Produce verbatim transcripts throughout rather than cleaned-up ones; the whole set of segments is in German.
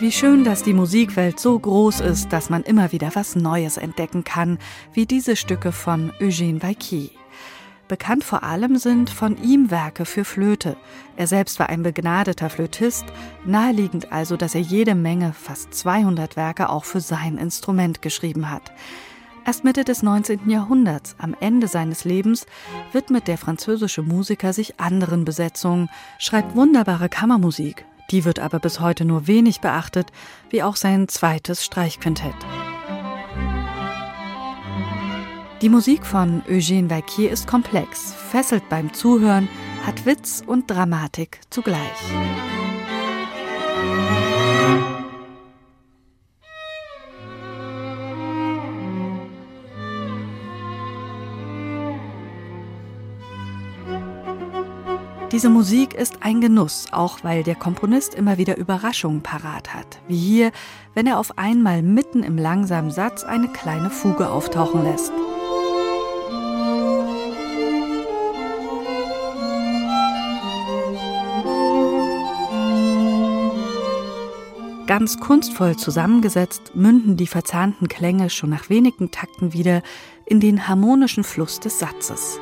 Wie schön, dass die Musikwelt so groß ist, dass man immer wieder was Neues entdecken kann, wie diese Stücke von Eugène Valquier. Bekannt vor allem sind von ihm Werke für Flöte. Er selbst war ein begnadeter Flötist, naheliegend also, dass er jede Menge, fast zweihundert Werke auch für sein Instrument geschrieben hat. Erst Mitte des neunzehnten Jahrhunderts, am Ende seines Lebens, widmet der französische Musiker sich anderen Besetzungen, schreibt wunderbare Kammermusik. Die wird aber bis heute nur wenig beachtet, wie auch sein zweites Streichquintett. Die Musik von Eugène Valquier ist komplex, fesselt beim Zuhören, hat Witz und Dramatik zugleich. Diese Musik ist ein Genuss, auch weil der Komponist immer wieder Überraschungen parat hat. Wie hier, wenn er auf einmal mitten im langsamen Satz eine kleine Fuge auftauchen lässt. Ganz kunstvoll zusammengesetzt münden die verzahnten Klänge schon nach wenigen Takten wieder in den harmonischen Fluss des Satzes.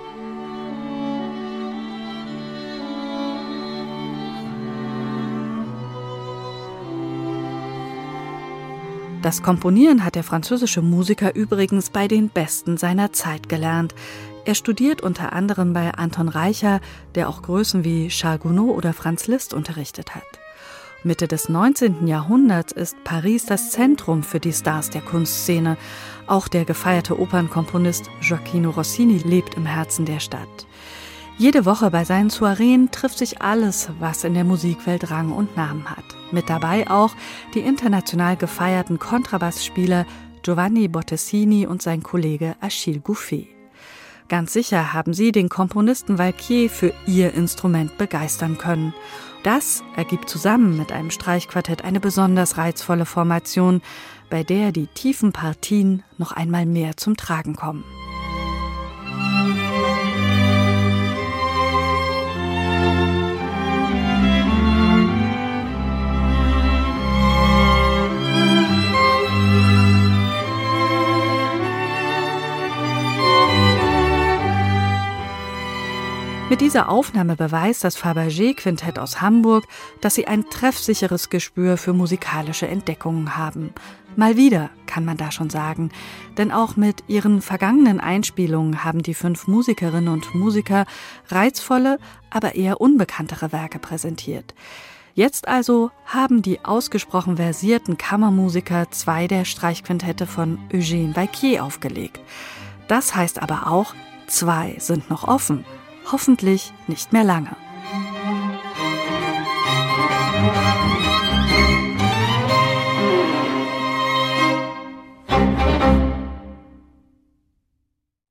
Das Komponieren hat der französische Musiker übrigens bei den Besten seiner Zeit gelernt. Er studiert unter anderem bei Anton Reicha, der auch Größen wie Charles Gounod oder Franz Liszt unterrichtet hat. Mitte des neunzehnten Jahrhunderts ist Paris das Zentrum für die Stars der Kunstszene. Auch der gefeierte Opernkomponist Gioachino Rossini lebt im Herzen der Stadt. Jede Woche bei seinen Soireen trifft sich alles, was in der Musikwelt Rang und Namen hat. Mit dabei auch die international gefeierten Kontrabassspieler Giovanni Bottesini und sein Kollege Achille Gouffet. Ganz sicher haben sie den Komponisten Valquier für ihr Instrument begeistern können. Das ergibt zusammen mit einem Streichquartett eine besonders reizvolle Formation, bei der die tiefen Partien noch einmal mehr zum Tragen kommen. Mit dieser Aufnahme beweist das Fabergé-Quintett aus Hamburg, dass sie ein treffsicheres Gespür für musikalische Entdeckungen haben. Mal wieder, kann man da schon sagen. Denn auch mit ihren vergangenen Einspielungen haben die fünf Musikerinnen und Musiker reizvolle, aber eher unbekanntere Werke präsentiert. Jetzt also haben die ausgesprochen versierten Kammermusiker zwei der Streichquintette von Eugène Valquier aufgelegt. Das heißt aber auch, zwei sind noch offen. Hoffentlich nicht mehr lange.